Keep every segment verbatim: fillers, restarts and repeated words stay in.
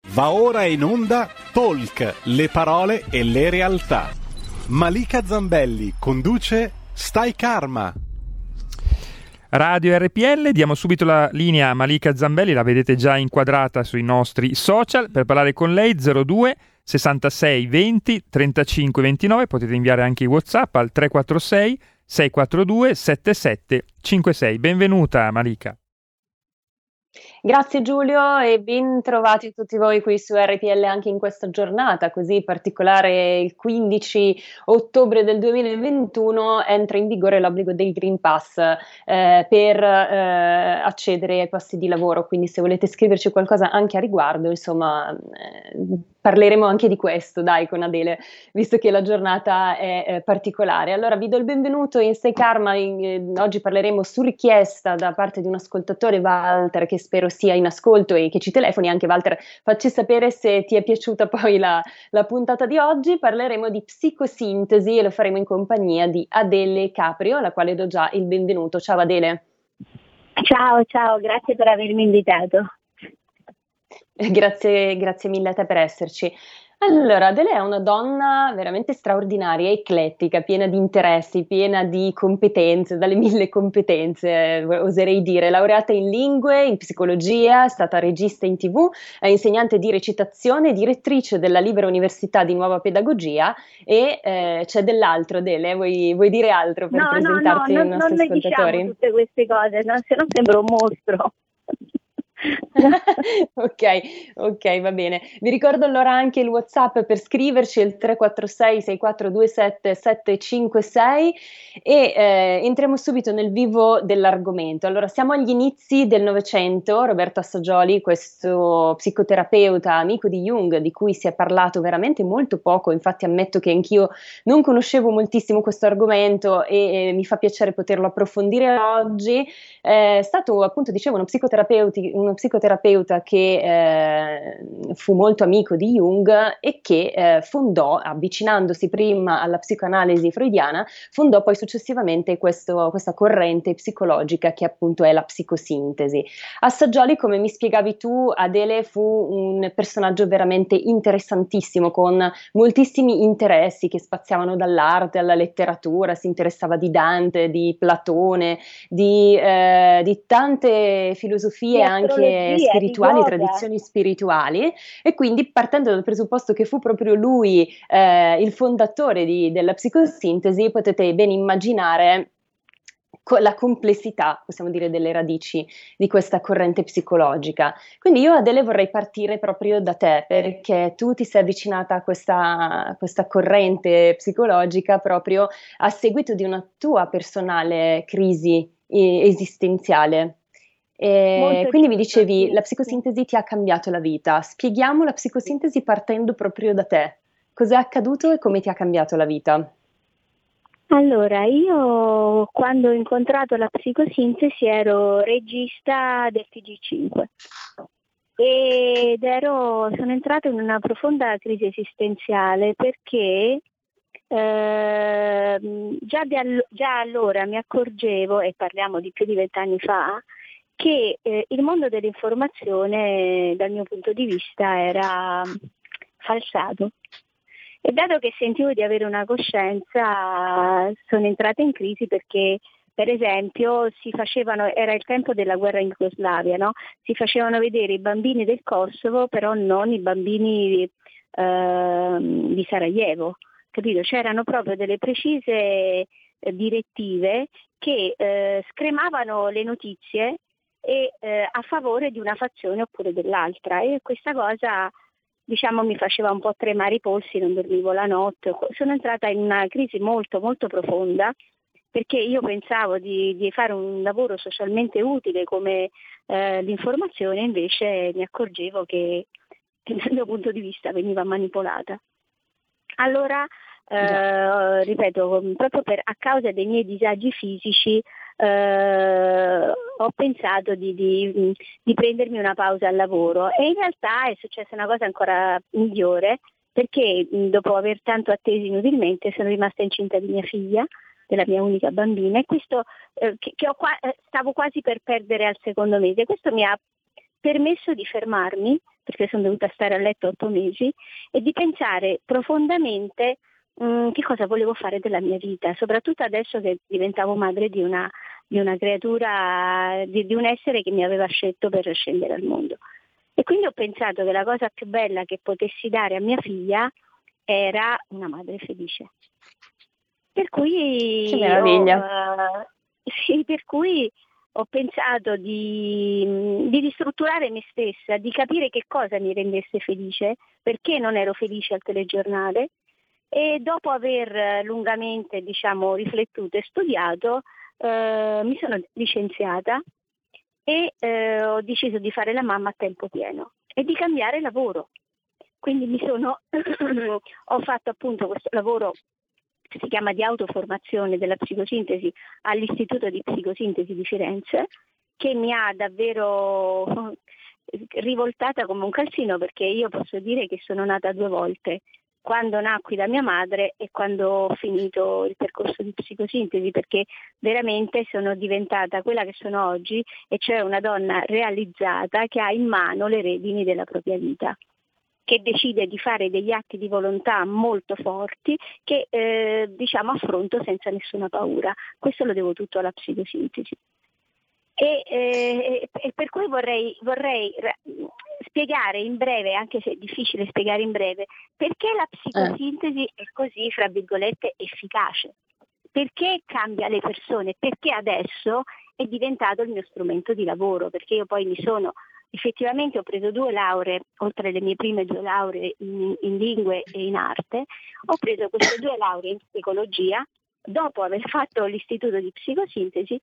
Va ora in onda Talk, le parole e le realtà. Malika Zambelli conduce Stai Karma. Radio R P L, diamo subito la linea a Malika Zambelli, la vedete già inquadrata sui nostri social, per parlare con lei zero due sessantasei venti trentacinque ventinove, potete inviare anche i WhatsApp al tre quattro sei sei quattro due sette sette cinque sei. Benvenuta Malika. Grazie Giulio e ben trovati tutti voi qui su R P L anche in questa giornata così particolare. Il quindici ottobre del duemilaventuno entra in vigore l'obbligo del Green Pass eh, per eh, accedere ai posti di lavoro, quindi se volete scriverci qualcosa anche a riguardo, insomma eh, parleremo anche di questo, dai, con Adele, visto che la giornata è eh, particolare. Allora vi do il benvenuto in Stai Karma. In, eh, oggi parleremo su richiesta da parte di un ascoltatore, Walter, che spero sia in ascolto e che ci telefoni. Anche Walter, facci sapere se ti è piaciuta poi la, la puntata di oggi. Parleremo di psicosintesi e lo faremo in compagnia di Adele Caprio, alla quale do già il benvenuto. Ciao Adele. Ciao, ciao, grazie per avermi invitato. Grazie, grazie mille a te per esserci. Allora, Adele è una donna veramente straordinaria, eclettica, piena di interessi, piena di competenze, dalle mille competenze, oserei dire. Laureata in lingue, in psicologia, è stata regista in tivù, è insegnante di recitazione, direttrice della Libera Università di Nuova Pedagogia e eh, c'è dell'altro, Adele, vuoi, vuoi dire altro per no, presentarti no, no, ai non, nostri non ascoltatori? Non diciamo tutte queste cose, no? Se no sembra un mostro. ok, ok, va bene. Vi ricordo allora anche il WhatsApp per scriverci, il tre quattro sei sei quattro due sette sette cinque sei e eh, entriamo subito nel vivo dell'argomento. Allora, siamo agli inizi del Novecento. Roberto Assagioli, questo psicoterapeuta amico di Jung, di cui si è parlato veramente molto poco, infatti ammetto che anch'io non conoscevo moltissimo questo argomento e eh, mi fa piacere poterlo approfondire oggi. È stato appunto, dicevo, uno psicoterapeuti, uno psicoterapeuta che eh, fu molto amico di Jung e che eh, fondò, avvicinandosi prima alla psicoanalisi freudiana, fondò poi successivamente questo, questa corrente psicologica che appunto è la psicosintesi. Assagioli, come mi spiegavi tu, Adele, fu un personaggio veramente interessantissimo, con moltissimi interessi che spaziavano dall'arte alla letteratura, si interessava di Dante, di Platone, di, eh, di tante filosofie di anche spirituali, tradizioni spirituali, e quindi partendo dal presupposto che fu proprio lui eh, il fondatore di, della psicosintesi, potete ben immaginare la complessità, possiamo dire, delle radici di questa corrente psicologica. Quindi io, Adele, vorrei partire proprio da te, perché tu ti sei avvicinata a questa, a questa corrente psicologica proprio a seguito di una tua personale crisi eh, esistenziale. E quindi mi dicevi, sì, la psicosintesi ti ha cambiato la vita. Spieghiamo la psicosintesi partendo proprio da te. Cos'è accaduto e come ti ha cambiato la vita? Allora, io quando ho incontrato la psicosintesi ero regista del T G cinque ed ero, sono entrata in una profonda crisi esistenziale perché eh, già, di all- già allora mi accorgevo, e parliamo di più di vent'anni fa, che eh, il mondo dell'informazione dal mio punto di vista era falsato. E dato che sentivo di avere una coscienza, sono entrata in crisi perché, per esempio, si facevano, era il tempo della guerra in Jugoslavia, no? Si facevano vedere i bambini del Kosovo, però non i bambini eh, di Sarajevo, capito? C'erano proprio delle precise eh, direttive che eh, scremavano le notizie e eh, a favore di una fazione oppure dell'altra, e questa cosa, diciamo, mi faceva un po' tremare i polsi, non dormivo la notte. Sono entrata in una crisi molto molto profonda perché io pensavo di, di fare un lavoro socialmente utile come eh, l'informazione, invece mi accorgevo che dal mio punto di vista veniva manipolata. Allora, eh, ripeto, proprio per, a causa dei miei disagi fisici, eh, ho pensato di, di, di prendermi una pausa al lavoro, e in realtà è successa una cosa ancora migliore, perché dopo aver tanto atteso inutilmente sono rimasta incinta di mia figlia, della mia unica bambina, e questo eh, che, che ho qua, stavo quasi per perdere al secondo mese. Questo mi ha permesso di fermarmi perché sono dovuta stare a letto otto mesi, e di pensare profondamente mh, che cosa volevo fare della mia vita, soprattutto adesso che diventavo madre di una, di una creatura, di, di un essere che mi aveva scelto per scendere al mondo. E quindi ho pensato che la cosa più bella che potessi dare a mia figlia era una madre felice. Per cui che meraviglia. Ho, uh, sì, per cui ho pensato di, di ristrutturare me stessa, di capire che cosa mi rendesse felice, perché non ero felice al telegiornale, e dopo aver lungamente, diciamo, riflettuto e studiato, uh, mi sono licenziata e uh, ho deciso di fare la mamma a tempo pieno e di cambiare lavoro. Quindi mi sono ho fatto appunto questo lavoro che si chiama di autoformazione della psicosintesi all'Istituto di Psicosintesi di Firenze, che mi ha davvero rivoltata come un calzino, perché io posso dire che sono nata due volte, quando nacqui da mia madre e quando ho finito il percorso di psicosintesi, perché veramente sono diventata quella che sono oggi, e cioè una donna realizzata che ha in mano le redini della propria vita, che decide di fare degli atti di volontà molto forti che eh, diciamo affronto senza nessuna paura. Questo lo devo tutto alla psicosintesi. E, eh, e per cui vorrei, vorrei spiegare in breve, anche se è difficile spiegare in breve, perché la psicosintesi eh. è così, fra virgolette, efficace. Perché cambia le persone, perché adesso è diventato il mio strumento di lavoro, perché io poi mi sono effettivamente ho preso due lauree, oltre alle mie prime due lauree in, in lingue e in arte, ho preso queste due lauree in psicologia dopo aver fatto l'istituto di psicosintesi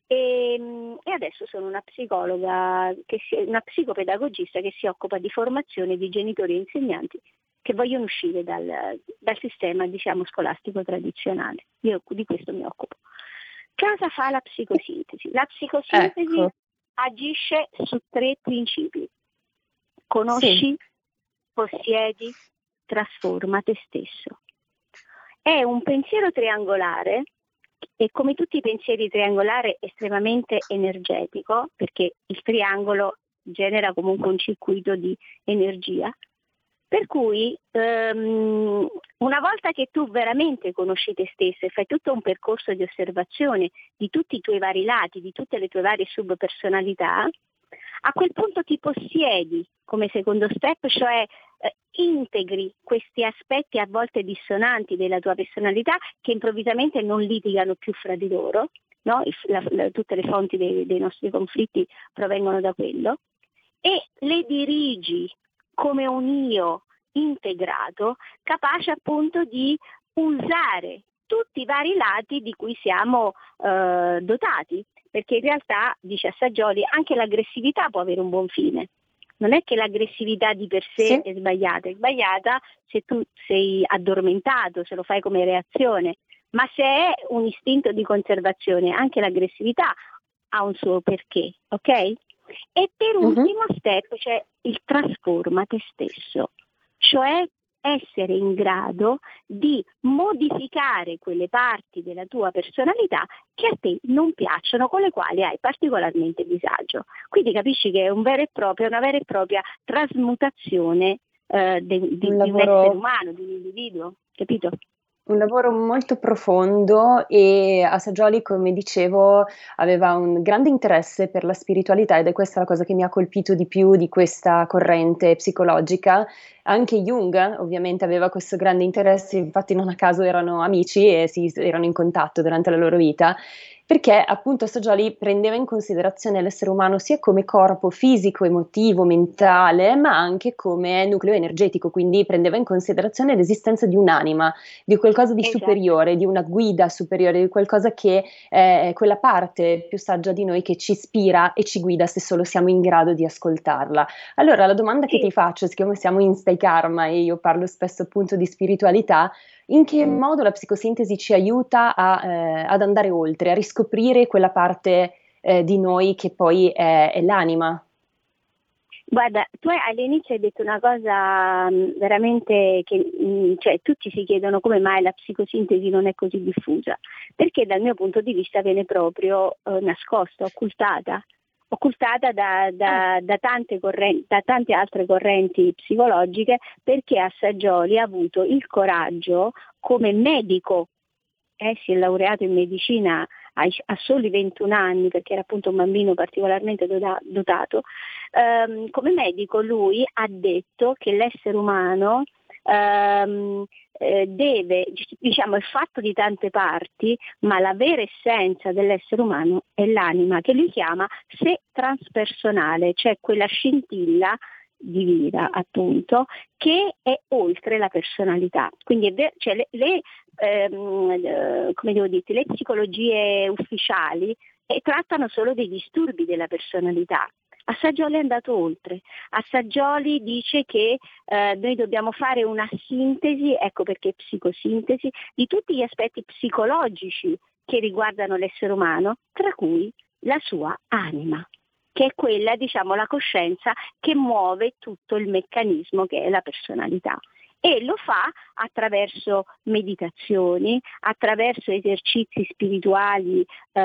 e, e adesso sono una psicologa, che si, una psicopedagogista che si occupa di formazione di genitori e insegnanti che vogliono uscire dal, dal sistema, diciamo, scolastico tradizionale. Io di questo mi occupo. Cosa fa la psicosintesi? La psicosintesi ecco. agisce su tre principi. Conosci, sì. possiedi, trasforma te stesso. È un pensiero triangolare e, come tutti i pensieri triangolari, è estremamente energetico, perché il triangolo genera comunque un circuito di energia. Per cui um, una volta che tu veramente conosci te stesso e fai tutto un percorso di osservazione di tutti i tuoi vari lati, di tutte le tue varie subpersonalità, a quel punto ti possiedi come secondo step, cioè eh, integri questi aspetti a volte dissonanti della tua personalità che improvvisamente non litigano più fra di loro, no? la, la, tutte le fonti dei, dei nostri conflitti provengono da quello, e le dirigi come un io integrato, capace appunto di usare tutti i vari lati di cui siamo eh, dotati, perché in realtà, dice Assagioli, anche l'aggressività può avere un buon fine. Non è che l'aggressività di per sé sì. è sbagliata, è sbagliata se tu sei addormentato, se lo fai come reazione, ma se è un istinto di conservazione, anche l'aggressività ha un suo perché, ok? E per ultimo uh-huh. step c'è cioè il trasforma te stesso, cioè essere in grado di modificare quelle parti della tua personalità che a te non piacciono, con le quali hai particolarmente disagio. Quindi capisci che è un vero e proprio, una vera e propria trasmutazione eh, de, di, un lavoro... di un essere umano, di un individuo, capito? Un lavoro molto profondo, e Assagioli, come dicevo, aveva un grande interesse per la spiritualità, ed è questa la cosa che mi ha colpito di più di questa corrente psicologica. Anche Jung ovviamente aveva questo grande interesse, infatti non a caso erano amici e si erano in contatto durante la loro vita, perché appunto Assagioli prendeva in considerazione l'essere umano sia come corpo fisico, emotivo, mentale, ma anche come nucleo energetico, quindi prendeva in considerazione l'esistenza di un'anima, di qualcosa di esatto. superiore, di una guida superiore, di qualcosa che è quella parte più saggia di noi che ci ispira e ci guida se solo siamo in grado di ascoltarla. Allora la domanda sì. che ti faccio, siccome siamo in Stai Karma e io parlo spesso appunto di spiritualità, in che modo la psicosintesi ci aiuta a, eh, ad andare oltre, a riscoprire quella parte eh, di noi che poi è, è l'anima? Guarda, tu all'inizio hai detto una cosa mh, veramente che mh, cioè, tutti si chiedono come mai la psicosintesi non è così diffusa, perché dal mio punto di vista viene proprio eh, nascosta, occultata. occultata da, da, da, tante correnti, da tante altre correnti psicologiche, perché Assagioli ha avuto il coraggio come medico, eh, si è laureato in medicina a, a soli ventuno anni, perché era appunto un bambino particolarmente dotato, dotato. Um, come medico lui ha detto che l'essere umano um, eh, deve, diciamo, è fatto di tante parti, ma la vera essenza dell'essere umano è l'anima, che lui chiama sé transpersonale, cioè quella scintilla divina, appunto, che è oltre la personalità. Quindi è ver- cioè le, le, ehm, come devo dire, le psicologie ufficiali eh, trattano solo dei disturbi della personalità. Assagioli è andato oltre. Assagioli dice che eh, noi dobbiamo fare una sintesi, ecco perché psicosintesi, di tutti gli aspetti psicologici che riguardano l'essere umano, tra cui la sua anima, che è quella, diciamo, la coscienza che muove tutto il meccanismo che è la personalità. E lo fa attraverso meditazioni, attraverso esercizi spirituali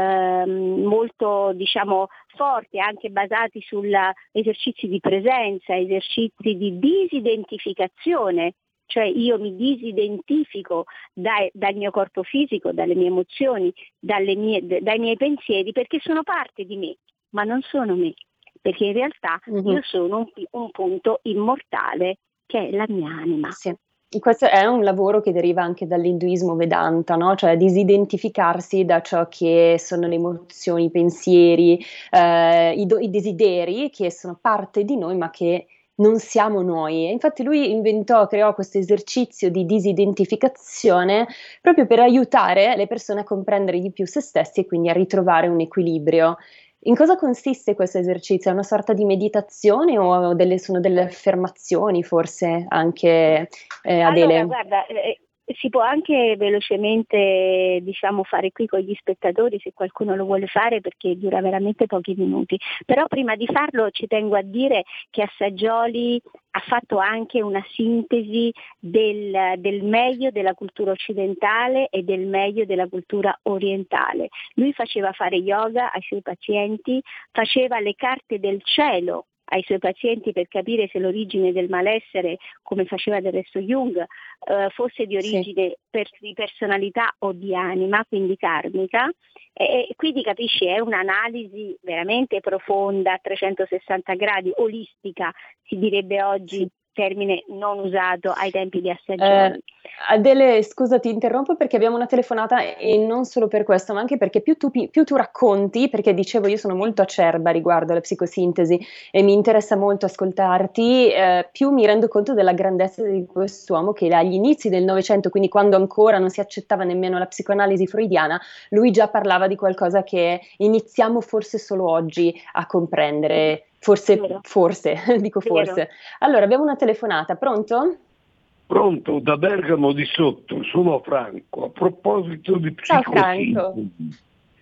ehm, molto, diciamo, forti, anche basati su esercizi di presenza, esercizi di disidentificazione, cioè io mi disidentifico dai, dal mio corpo fisico, dalle mie emozioni, dalle mie, dai miei pensieri, perché sono parte di me, ma non sono me, perché in realtà mm-hmm. io sono un, un punto immortale che è la mia anima. Sì. Questo è un lavoro che deriva anche dall'induismo Vedanta, no? Cioè disidentificarsi da ciò che sono le emozioni, i pensieri, eh, i, do- i desideri che sono parte di noi ma che non siamo noi. E infatti lui inventò, creò questo esercizio di disidentificazione proprio per aiutare le persone a comprendere di più se stessi e quindi a ritrovare un equilibrio. In cosa consiste questo esercizio? È una sorta di meditazione o delle, sono delle affermazioni forse anche, eh, Adele? Allora, guarda, eh, si può anche velocemente, diciamo, fare qui con gli spettatori se qualcuno lo vuole fare, perché dura veramente pochi minuti. Però prima di farlo ci tengo a dire che Assagioli ha fatto anche una sintesi del, del meglio della cultura occidentale e del meglio della cultura orientale. Lui faceva fare yoga ai suoi pazienti, faceva le carte del cielo ai suoi pazienti per capire se l'origine del malessere, come faceva del resto Jung, eh, fosse di origine sì. per, di personalità o di anima, quindi karmica. E, e quindi capisci, è un'analisi veramente profonda, a trecentosessanta gradi, olistica, si direbbe oggi. Sì. Termine non usato ai tempi di Assagioli. Eh, Adele, scusa, ti interrompo perché abbiamo una telefonata e non solo per questo, ma anche perché più tu, più tu racconti, perché dicevo io sono molto acerba riguardo alla psicosintesi e mi interessa molto ascoltarti, eh, più mi rendo conto della grandezza di quest'uomo che agli inizi del Novecento, quindi quando ancora non si accettava nemmeno la psicoanalisi freudiana, lui già parlava di qualcosa che iniziamo forse solo oggi a comprendere. Forse, Vero. forse, dico forse. Vero. Allora, abbiamo una telefonata, pronto? Pronto, da Bergamo di Sotto, sono Franco. A proposito di psicosintesi,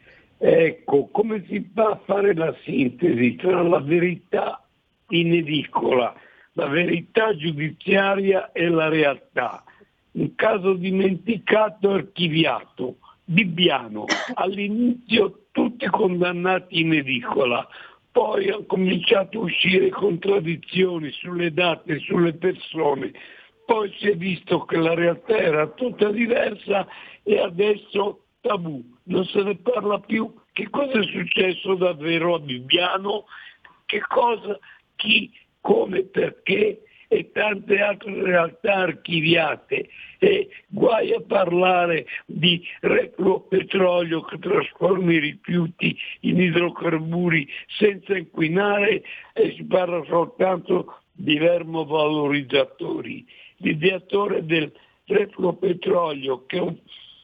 ecco, come si fa a fare la sintesi tra la verità in edicola, la verità giudiziaria e la realtà? Un caso dimenticato, archiviato, Bibbiano, all'inizio tutti condannati in edicola. Poi hanno cominciato a uscire contraddizioni sulle date, sulle persone, poi si è visto che la realtà era tutta diversa e adesso tabù, non se ne parla più. Che cosa è successo davvero a Bibbiano? Che cosa, chi, come, perché e tante altre realtà archiviate. E guai a parlare di petrolio che trasforma i rifiuti in idrocarburi senza inquinare, e si parla soltanto di termovalorizzatori. L'ideatore del petrolio, che è un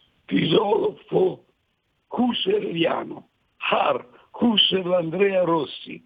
filosofo husserliano, Har Husserl Andrea Rossi,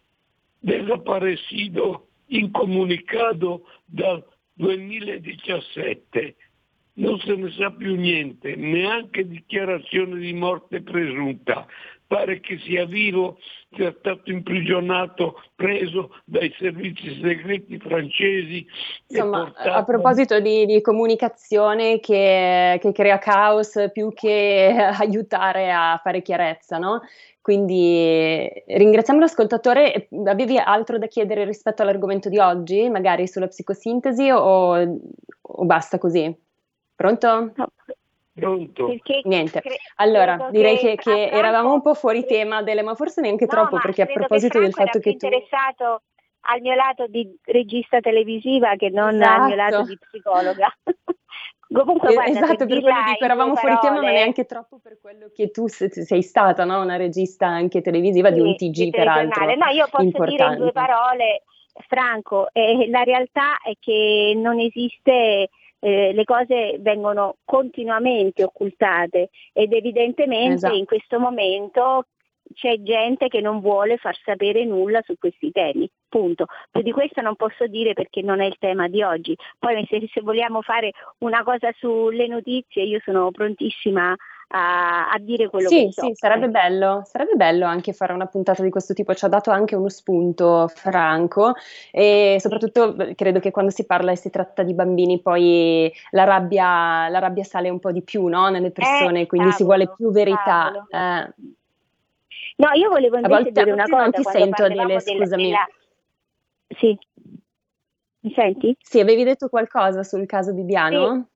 desaparecido, incomunicato dal duemiladiciassette. Non se ne sa più niente, neanche dichiarazione di morte presunta. pare che sia vivo, sia stato imprigionato, preso dai servizi segreti francesi. Insomma, portato... a proposito di, di comunicazione che, che crea caos più che aiutare a fare chiarezza, no? Quindi ringraziamo l'ascoltatore. Avevi altro da chiedere rispetto all'argomento di oggi, magari sulla psicosintesi, o, o basta così? Pronto? No. Pronto? Perché Niente. cre- Allora, direi che, che Franco, eravamo un po' fuori tema, Dele, ma forse neanche no, troppo, ma perché a credo proposito che del Franco fatto era che più tu... interessato al mio lato di regista televisiva che non Esatto. al mio lato di psicologa. Comunque, guarda, esatto, per per dirla quello dico, in due eravamo fuori tema, ma parole, neanche troppo per quello che tu se- sei stata, no? Una regista anche televisiva di un sì, T G, di peraltro, telegiornale. No, io posso importante. dire in due parole, Franco, eh, la realtà è che non esiste, eh, le cose vengono continuamente occultate ed evidentemente Esatto. in questo momento c'è gente che non vuole far sapere nulla su questi temi, punto. Più di questo non posso dire perché non è il tema di oggi. Poi se, se vogliamo fare una cosa sulle notizie, io sono prontissima a, a dire quello Sì, che so. sì, sarebbe bello, sarebbe bello anche fare una puntata di questo tipo, ci ha dato anche uno spunto Franco, e soprattutto beh, credo che quando si parla e si tratta di bambini poi la rabbia, la rabbia sale un po' di più, no? Nelle persone, Eh, quindi si vuole cavolo, più verità. cavolo. Eh, No, io volevo a invece volte, a dire una volte non cosa ti quando sento, parlavamo Adele, del, scusami. della... Sì, mi senti? Sì, avevi detto qualcosa sul caso Sì. Bibbiano?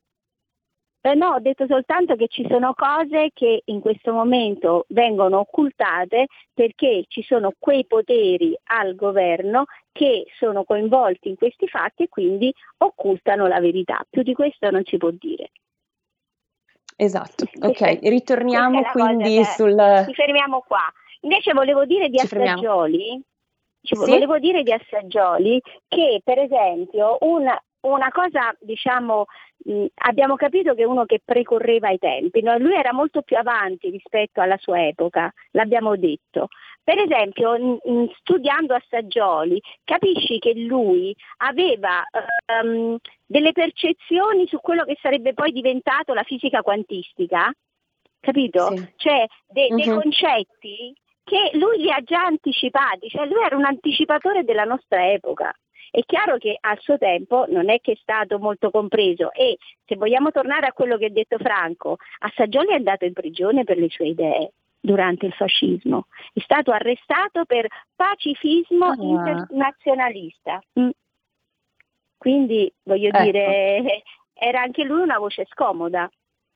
Eh, no, ho detto soltanto che ci sono cose che in questo momento vengono occultate perché ci sono quei poteri al governo che sono coinvolti in questi fatti e quindi occultano la verità. Più di questo non si può dire. Esatto, Questa ok, è- ritorniamo questa è la quindi cosa, sul... ci fermiamo qua. Invece volevo dire di Ci fermiamo. Assaggioli, ci- Sì? volevo dire di Assaggioli che per esempio una, una cosa, diciamo, mh, abbiamo capito che è uno che precorreva i tempi, no? Lui era molto più avanti rispetto alla sua epoca, l'abbiamo detto. Per esempio, mh, mh, studiando Assaggioli, capisci che lui aveva ehm, delle percezioni su quello che sarebbe poi diventato la fisica quantistica, capito? Sì. Cioè de- dei Mhm. concetti che lui li ha già anticipati, cioè lui era un anticipatore della nostra epoca. È chiaro che al suo tempo non è che è stato molto compreso e se vogliamo tornare a quello che ha detto Franco, Assaggioli è andato in prigione per le sue idee durante il fascismo, è stato arrestato per pacifismo Ah. internazionalista. Mm. Quindi voglio Ecco. dire, era anche lui una voce scomoda.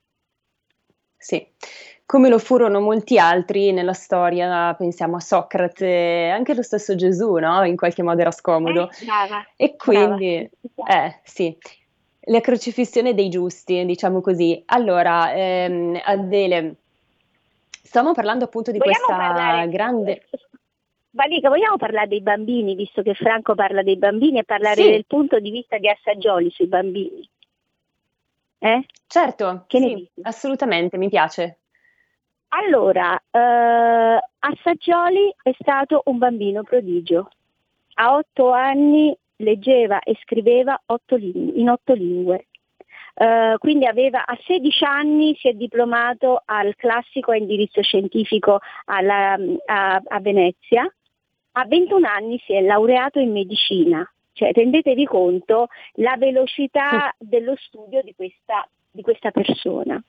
Sì, come lo furono molti altri nella storia, pensiamo a Socrate, anche lo stesso Gesù, no? In qualche modo era scomodo. Eh, brava, E brava. quindi, eh, sì, la crocifissione dei giusti, diciamo così. Allora, ehm, Adele, stiamo parlando appunto di Vogliamo questa parlare, grande... Valica, vogliamo parlare dei bambini, visto che Franco parla dei bambini, e parlare Sì. del punto di vista di Assaggioli sui bambini? Eh? Certo, Che ne sì, dici? assolutamente, mi piace. Allora, eh, Assaggioli è stato un bambino prodigio. A otto anni leggeva e scriveva otto lingue, in otto lingue. Eh, quindi aveva, a sedici anni si è diplomato al classico a indirizzo scientifico alla, a, a Venezia. A ventuno anni si è laureato in medicina. Cioè, rendetevi conto la velocità dello studio di questa, di questa persona.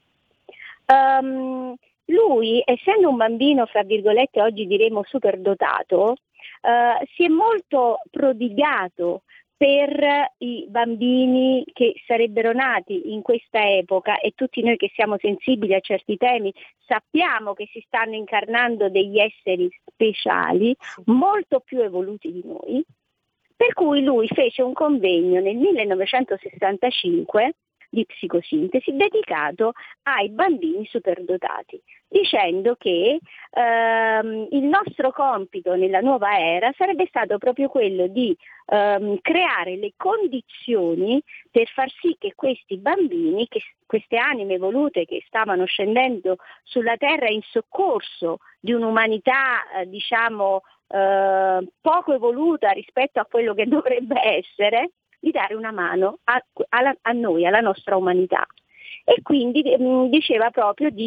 Um, lui, essendo un bambino, fra virgolette, oggi diremo superdotato, uh, si è molto prodigato per i bambini che sarebbero nati in questa epoca, e tutti noi che siamo sensibili a certi temi sappiamo che si stanno incarnando degli esseri speciali, molto più evoluti di noi, per cui lui fece un convegno nel millenovecentosessantacinque di psicosintesi dedicato ai bambini superdotati, dicendo che ehm, il nostro compito nella nuova era sarebbe stato proprio quello di ehm, creare le condizioni per far sì che questi bambini, che, queste anime evolute che stavano scendendo sulla terra in soccorso di un'umanità eh, diciamo eh, poco evoluta rispetto a quello che dovrebbe essere, di dare una mano a, a, a noi, alla nostra umanità. E quindi mh, diceva proprio di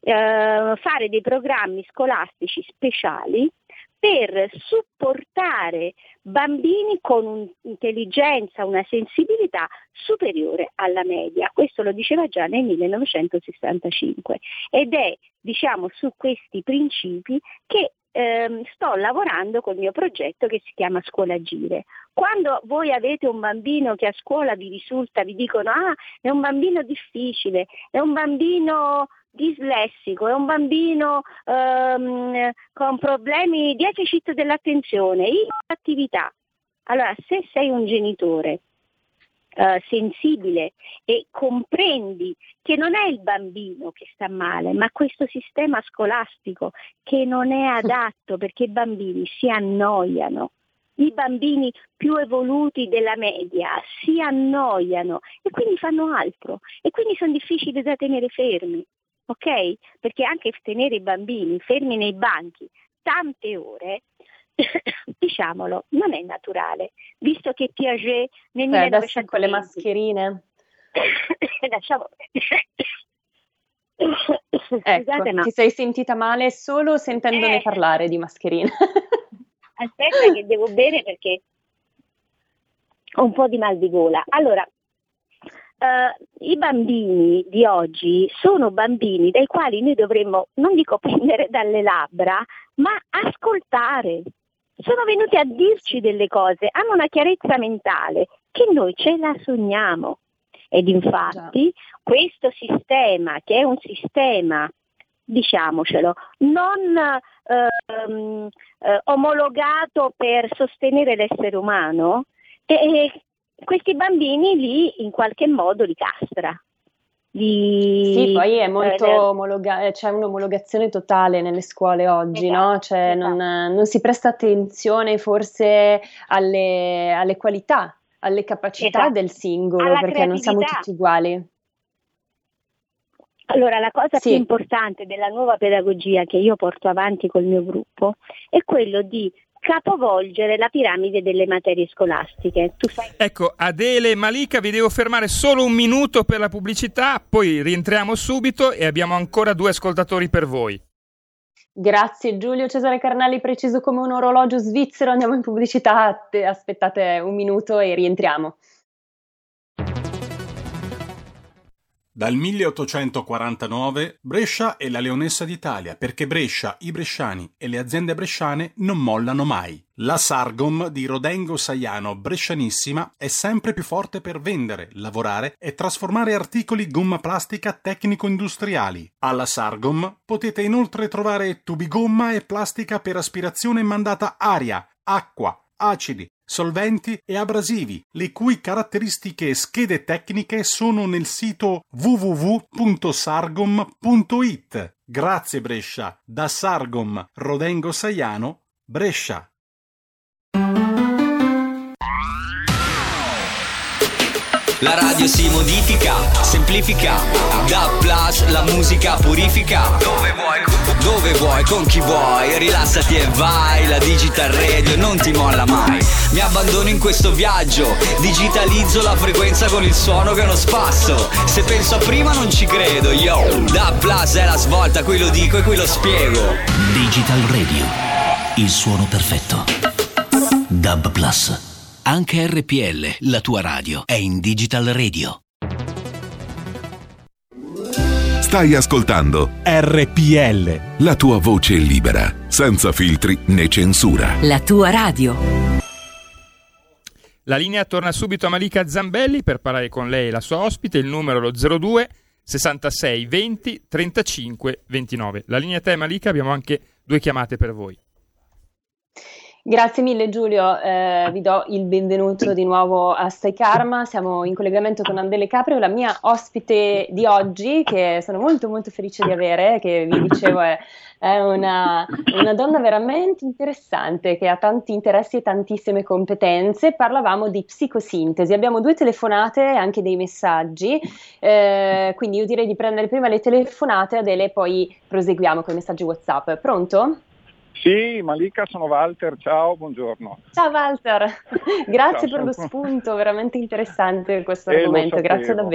fare dei programmi scolastici speciali per supportare bambini con un'intelligenza, una sensibilità superiore alla media. Questo lo diceva già nel millenovecentosessantacinque ed è, diciamo, su questi principi che ehm, sto lavorando col mio progetto che si chiama Scuolagire. Quando voi avete un bambino che a scuola vi risulta, vi dicono ah, è un bambino difficile, è un bambino dislessico, è un bambino ehm, con problemi, deficit dell'attenzione, iperattività. Allora, se sei un genitore eh, sensibile e comprendi che non è il bambino che sta male, ma questo sistema scolastico che non è adatto perché i bambini si annoiano, i bambini più evoluti della media si annoiano e quindi fanno altro e quindi sono difficili da tenere fermi. Ok? Perché anche tenere i bambini fermi nei banchi tante ore, diciamolo, non è naturale, visto che Piaget nel Beh, millenovecento adesso con le mascherine. Lasciamo... Scusate, ecco, ma... ti sei sentita male solo sentendone eh... parlare di mascherine. Aspetta che devo bere perché ho un po' di mal di gola. Allora, Uh, i bambini di oggi sono bambini dai quali noi dovremmo, non dico prendere dalle labbra, ma ascoltare. Sono venuti a dirci delle cose, hanno una chiarezza mentale che noi ce la sogniamo. Ed infatti questo sistema, che è un sistema, diciamocelo, non uh, um, uh, omologato per sostenere l'essere umano, e questi bambini lì in qualche modo li castra. Li, sì, poi è molto eh, omologa- c'è un'omologazione totale nelle scuole oggi, esatto, no? Cioè esatto. non, non si presta attenzione forse alle, alle qualità, alle capacità esatto. del singolo, alla perché non siamo tutti uguali. Allora, la cosa sì. più importante della nuova pedagogia che io porto avanti col mio gruppo è quello di capovolgere la piramide delle materie scolastiche. Tu sai... Ecco, Adele e Malika, vi devo fermare solo un minuto per la pubblicità, poi rientriamo subito e abbiamo ancora due ascoltatori per voi. Grazie Giulio. Cesare Carnelli, preciso come un orologio svizzero. Andiamo in pubblicità, aspettate un minuto e rientriamo. Dal milleottocentoquarantanove Brescia è la leonessa d'Italia, perché Brescia, i bresciani e le aziende bresciane non mollano mai. La Sargom di Rodengo Saiano, brescianissima, è sempre più forte per vendere, lavorare e trasformare articoli gomma plastica tecnico-industriali. Alla Sargom potete inoltre trovare tubi gomma e plastica per aspirazione mandata aria, acqua, acidi, solventi e abrasivi, le cui caratteristiche e schede tecniche sono nel sito w w w punto sargom punto i t. Grazie Brescia, da Sargom Rodengo Saiano, Brescia. La radio si modifica, semplifica, da plus la musica purifica. Dove vuoi, dove vuoi, con chi vuoi, rilassati e vai. La Digital Radio non ti molla mai. Mi abbandono in questo viaggio, digitalizzo la frequenza con il suono che è uno spasso. Se penso a prima non ci credo, yo. Da plus è la svolta, qui lo dico e qui lo spiego. Digital Radio, il suono perfetto. Dub Plus. Anche R P L, la tua radio, è in Digital Radio. Stai ascoltando R P L, la tua voce libera, senza filtri né censura. La tua radio. La linea torna subito a Malika Zambelli per parlare con lei e la sua ospite, il numero lo zero due sessantasei venti trentacinque ventinove. La linea a te Malika, abbiamo anche due chiamate per voi. Grazie mille Giulio, eh, vi do il benvenuto di nuovo a Stai Karma. Siamo in collegamento con Adele Caprio, la mia ospite di oggi, che sono molto molto felice di avere, che vi dicevo è, è una, una donna veramente interessante, che ha tanti interessi e tantissime competenze. Parlavamo di psicosintesi, abbiamo due telefonate e anche dei messaggi, eh, quindi io direi di prendere prima le telefonate, Adele, e poi proseguiamo con i messaggi WhatsApp. Pronto? Sì, Malika, sono Walter, ciao, buongiorno. Ciao Walter, grazie ciao, per lo spunto, veramente interessante questo eh, argomento, grazie davvero.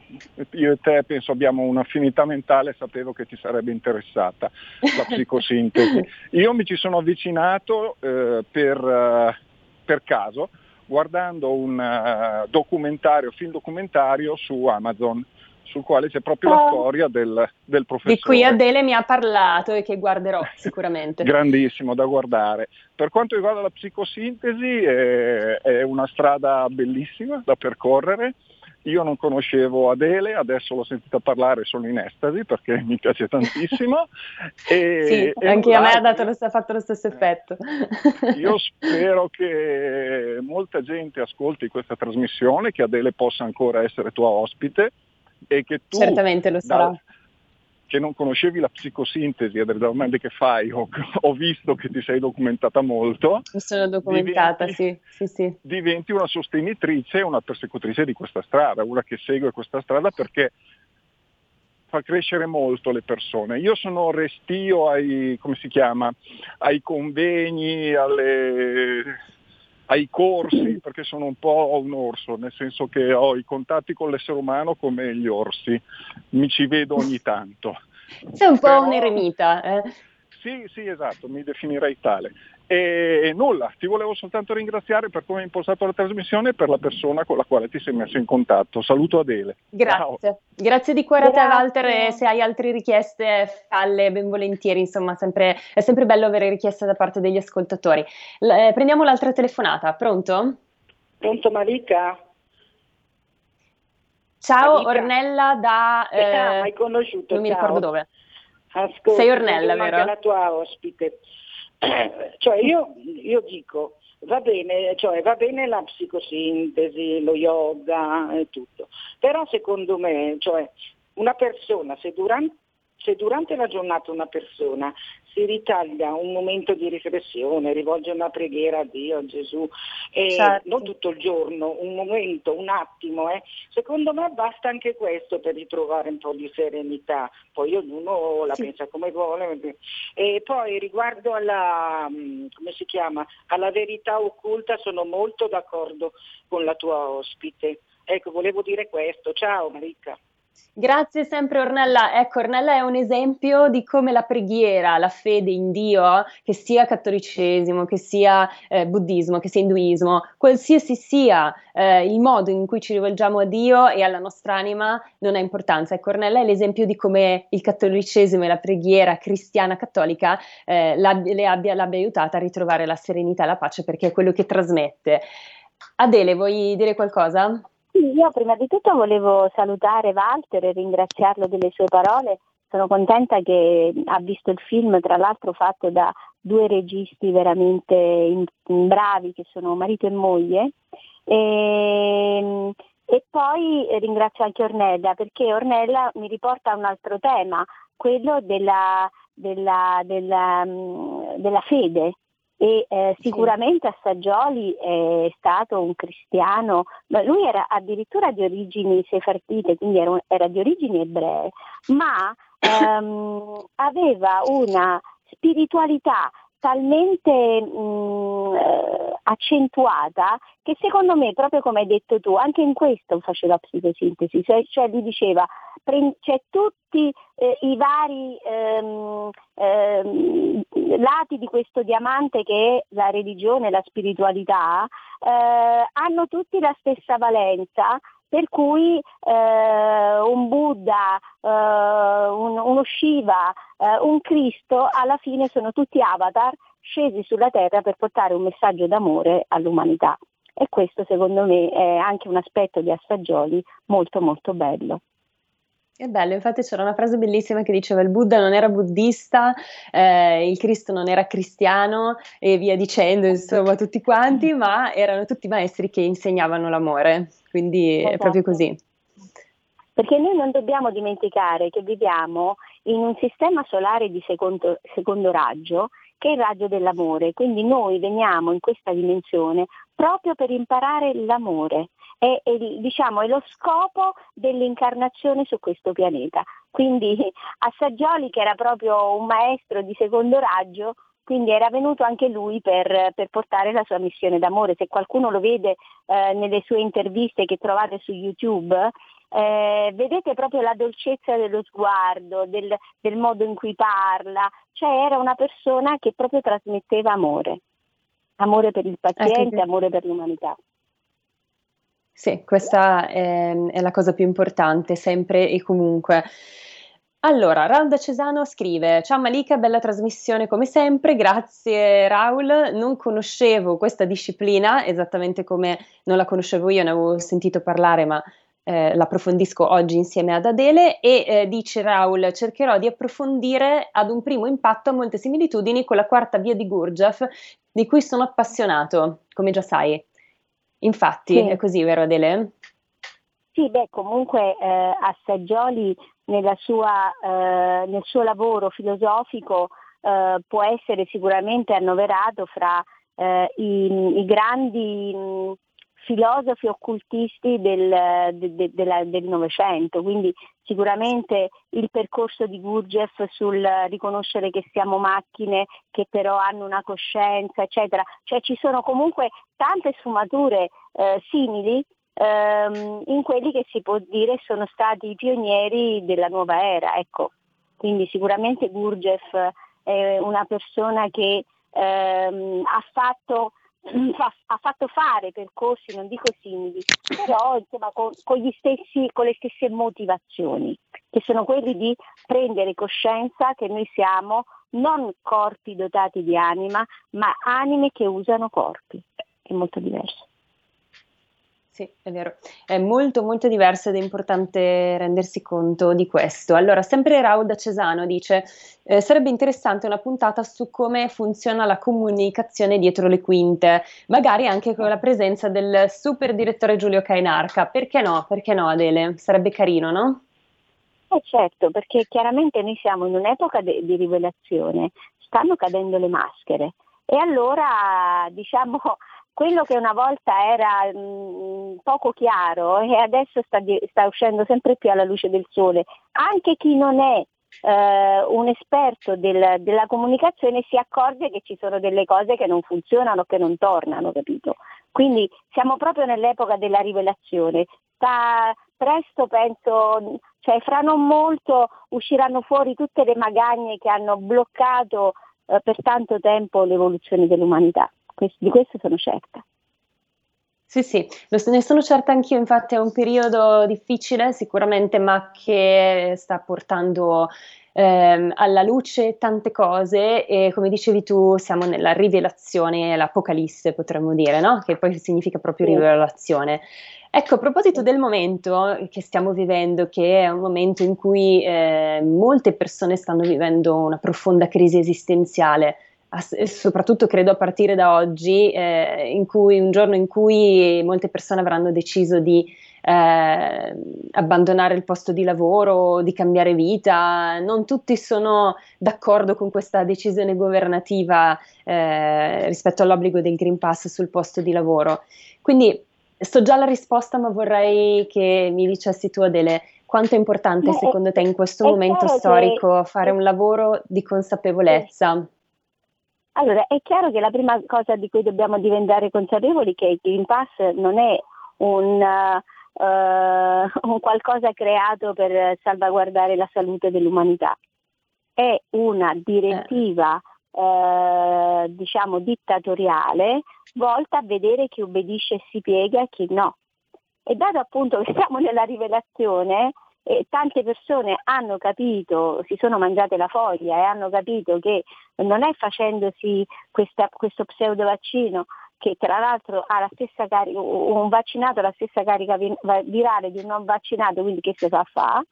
io e te penso abbiamo un'affinità mentale, sapevo che ti sarebbe interessata la psicosintesi. Io mi ci sono avvicinato eh, per, uh, per caso, guardando un uh, documentario, film documentario su Amazon, sul quale c'è proprio oh. la storia del, del professore. Di cui Adele mi ha parlato e che guarderò sicuramente. Grandissimo da guardare. Per quanto riguarda la psicosintesi è, è una strada bellissima da percorrere. Io non conoscevo Adele, adesso l'ho sentita parlare, sono in estasi perché mi piace tantissimo. E, sì, e anche a me ha, dato lo, ha fatto lo stesso effetto. Io spero che molta gente ascolti questa trasmissione, che Adele possa ancora essere tua ospite e che tu, certamente lo sarà. Da, che non conoscevi la psicosintesi e delle domande che fai, ho, ho visto che ti sei documentata molto. Mi sono documentata, diventi, sì, sì, sì. Diventi una sostenitrice e una persecutrice di questa strada, una che segue questa strada perché fa crescere molto le persone. Io sono restio ai, come si chiama, ai convegni, alle... ai corsi, perché sono un po' un orso, nel senso che ho i contatti con l'essere umano come gli orsi, mi ci vedo ogni tanto. Sei un po' Però... un eremita. Eh. Sì, sì, esatto, mi definirei tale. E nulla, ti volevo soltanto ringraziare per come hai impostato la trasmissione e per la persona con la quale ti sei messo in contatto. Saluto Adele. Grazie, Ciao. Grazie di cuore a te Walter, e se hai altre richieste falle ben volentieri, insomma sempre, è sempre bello avere richieste da parte degli ascoltatori. L- eh, prendiamo l'altra telefonata, pronto? Pronto Malika? Ciao Malika. Ornella da... Eh, eh, ah, mai conosciuto, non mi ciao. ricordo dove. Ascolta, sei Ornella, vero? Anche la tua ospite. Cioè io, io dico, va bene, cioè va bene la psicosintesi, lo yoga e tutto, però secondo me, cioè, una persona, se durante, se durante la giornata una persona si ritaglia un momento di riflessione, rivolge una preghiera a Dio, a Gesù, e certo. non tutto il giorno, un momento, un attimo, eh, secondo me basta anche questo per ritrovare un po' di serenità, poi ognuno la sì. pensa come vuole. E poi riguardo alla, come si chiama, alla verità occulta sono molto d'accordo con la tua ospite. Ecco, volevo dire questo. Ciao Marica. Grazie sempre Ornella. Ecco, Ornella è un esempio di come la preghiera, la fede in Dio, che sia cattolicesimo, che sia eh, buddismo, che sia induismo, qualsiasi sia eh, il modo in cui ci rivolgiamo a Dio e alla nostra anima, non ha importanza. Ecco, Ornella è l'esempio di come il cattolicesimo e la preghiera cristiana cattolica eh, l'abbia, le abbia, l'abbia aiutata a ritrovare la serenità e la pace, perché è quello che trasmette. Adele, vuoi dire qualcosa? Sì, io prima di tutto volevo salutare Walter e ringraziarlo delle sue parole. Sono contenta che ha visto il film, tra l'altro fatto da due registi veramente in, in bravi, che sono marito e moglie. E, e poi ringrazio anche Ornella, perché Ornella mi riporta a un altro tema, quello della, della, della, della fede. E eh, sicuramente Assaggioli è stato un cristiano, ma lui era addirittura di origini sefardite, quindi era, era di origini ebree, ma ehm, aveva una spiritualità talmente mh, accentuata che secondo me, proprio come hai detto tu, anche in questo faceva psicosintesi, cioè, cioè gli diceva, pre- cioè tutti eh, i vari ehm, ehm, lati di questo diamante che è la religione, la spiritualità, eh, hanno tutti la stessa valenza, per cui eh, un Buddha, eh, un, uno Shiva, eh, un Cristo, alla fine sono tutti avatar scesi sulla terra per portare un messaggio d'amore all'umanità. E questo secondo me è anche un aspetto di Assaggioli molto molto bello. È bello, infatti c'era una frase bellissima che diceva: il Buddha non era buddista, eh, il Cristo non era cristiano e via dicendo, insomma tutti quanti, ma erano tutti maestri che insegnavano l'amore, quindi esatto. È proprio così. Perché noi non dobbiamo dimenticare che viviamo in un sistema solare di secondo, secondo raggio, che è il raggio dell'amore, quindi noi veniamo in questa dimensione proprio per imparare l'amore. È, è, diciamo, è lo scopo dell'incarnazione su questo pianeta. Quindi Assaggioli, che era proprio un maestro di secondo raggio, quindi era venuto anche lui per, per portare la sua missione d'amore. Se qualcuno lo vede eh, nelle sue interviste che trovate su YouTube, eh, vedete proprio la dolcezza dello sguardo, del, del modo in cui parla, cioè era una persona che proprio trasmetteva amore, amore per il paziente, ecco. amore per l'umanità. Sì, questa è, è la cosa più importante, sempre e comunque. Allora, Raul da Cesano scrive: ciao Malika, bella trasmissione come sempre, grazie Raul, non conoscevo questa disciplina esattamente come non la conoscevo io, ne avevo sentito parlare ma eh, l'approfondisco oggi insieme ad Adele e eh, dice Raul: cercherò di approfondire ad un primo impatto molte similitudini con la quarta via di Gurdjieff di cui sono appassionato, come già sai. Infatti, Sì. È così, vero Adele? Sì, beh, comunque eh, Assaggioli nella sua, eh, nel suo lavoro filosofico eh, può essere sicuramente annoverato fra eh, i, i grandi mh, filosofi occultisti del, de, de, della, del Novecento, quindi sicuramente il percorso di Gurdjieff sul riconoscere che siamo macchine che però hanno una coscienza, eccetera, cioè ci sono comunque tante sfumature eh, simili ehm, in quelli che si può dire sono stati i pionieri della nuova era, ecco. Quindi sicuramente Gurdjieff è una persona che ehm, ha fatto ha fatto fare percorsi, non dico simili, però insomma con, con gli stessi, con le stesse motivazioni, che sono quelli di prendere coscienza che noi siamo non corpi dotati di anima, ma anime che usano corpi. È molto diverso. Sì, è vero, è molto molto diverso ed è importante rendersi conto di questo. Allora, sempre Raul da Cesano dice eh, sarebbe interessante una puntata su come funziona la comunicazione dietro le quinte, magari anche con la presenza del super direttore Giulio Cainarca. Perché no? Perché no, Adele? Sarebbe carino, no? Eh certo, perché chiaramente noi siamo in un'epoca de- di rivelazione, stanno cadendo le maschere e allora diciamo quello che una volta era mh, poco chiaro e adesso sta, di- sta uscendo sempre più alla luce del sole. Anche chi non è eh, un esperto del- della comunicazione si accorge che ci sono delle cose che non funzionano, che non tornano, capito? Quindi siamo proprio nell'epoca della rivelazione. Sta presto, penso, cioè fra non molto usciranno fuori tutte le magagne che hanno bloccato eh, per tanto tempo l'evoluzione dell'umanità. Di questo sono certa. Sì, sì, lo, ne sono certa anch'io, infatti è un periodo difficile sicuramente, ma che sta portando ehm, alla luce tante cose e come dicevi tu siamo nella rivelazione, l'apocalisse potremmo dire, no? Che poi significa proprio Sì. rivelazione. Ecco, a proposito del momento che stiamo vivendo, che è un momento in cui eh, molte persone stanno vivendo una profonda crisi esistenziale, soprattutto credo a partire da oggi, eh, in cui un giorno in cui molte persone avranno deciso di eh, abbandonare il posto di lavoro, di cambiare vita. Non tutti sono d'accordo con questa decisione governativa eh, rispetto all'obbligo del Green Pass sul posto di lavoro. Quindi so già la risposta, ma vorrei che mi dicessi tu, Adele, quanto è importante Beh, secondo te in questo è momento chiaro storico che- fare un lavoro di consapevolezza? Allora, è chiaro che la prima cosa di cui dobbiamo diventare consapevoli è che il Green Pass non è un, uh, un qualcosa creato per salvaguardare la salute dell'umanità, è una direttiva eh. Eh, diciamo dittatoriale volta a vedere chi obbedisce e si piega e chi no. E dato appunto che siamo nella rivelazione, e tante persone hanno capito, si sono mangiate la foglia e hanno capito che non è facendosi questa, questo pseudo vaccino, che tra l'altro ha la stessa carica, un vaccinato ha la stessa carica virale di un non vaccinato, quindi che si fa fa,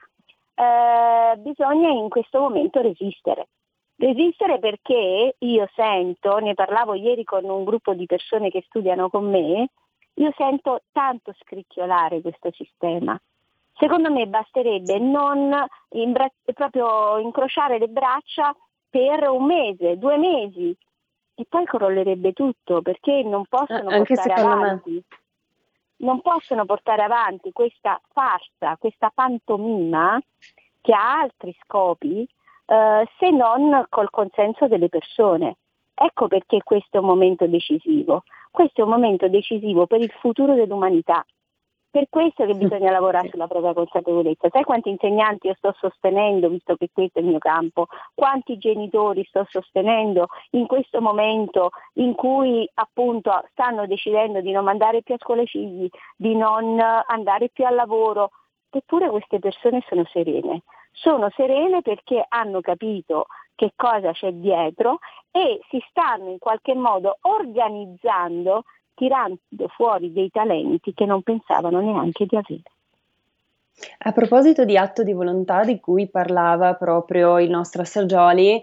eh, bisogna in questo momento resistere. Resistere perché io sento, ne parlavo ieri con un gruppo di persone che studiano con me, io sento tanto scricchiolare questo sistema. Secondo me basterebbe non imbra- proprio incrociare le braccia per un mese, due mesi e poi crollerebbe tutto, perché non possono Anche portare avanti, me. non possono portare avanti questa farsa, questa pantomima che ha altri scopi eh, se non col consenso delle persone. Ecco perché questo è un momento decisivo. Questo è un momento decisivo per il futuro dell'umanità. per questo che bisogna lavorare sulla propria consapevolezza. Sai quanti insegnanti io sto sostenendo, visto che questo è il mio campo, quanti genitori sto sostenendo in questo momento in cui appunto stanno decidendo di non mandare più a scuola i figli, di non andare più al lavoro, eppure queste persone sono serene. Sono serene perché hanno capito che cosa c'è dietro e si stanno in qualche modo organizzando, tirando fuori dei talenti che non pensavano neanche di avere. A proposito di atto di volontà di cui parlava proprio il nostro Assagioli,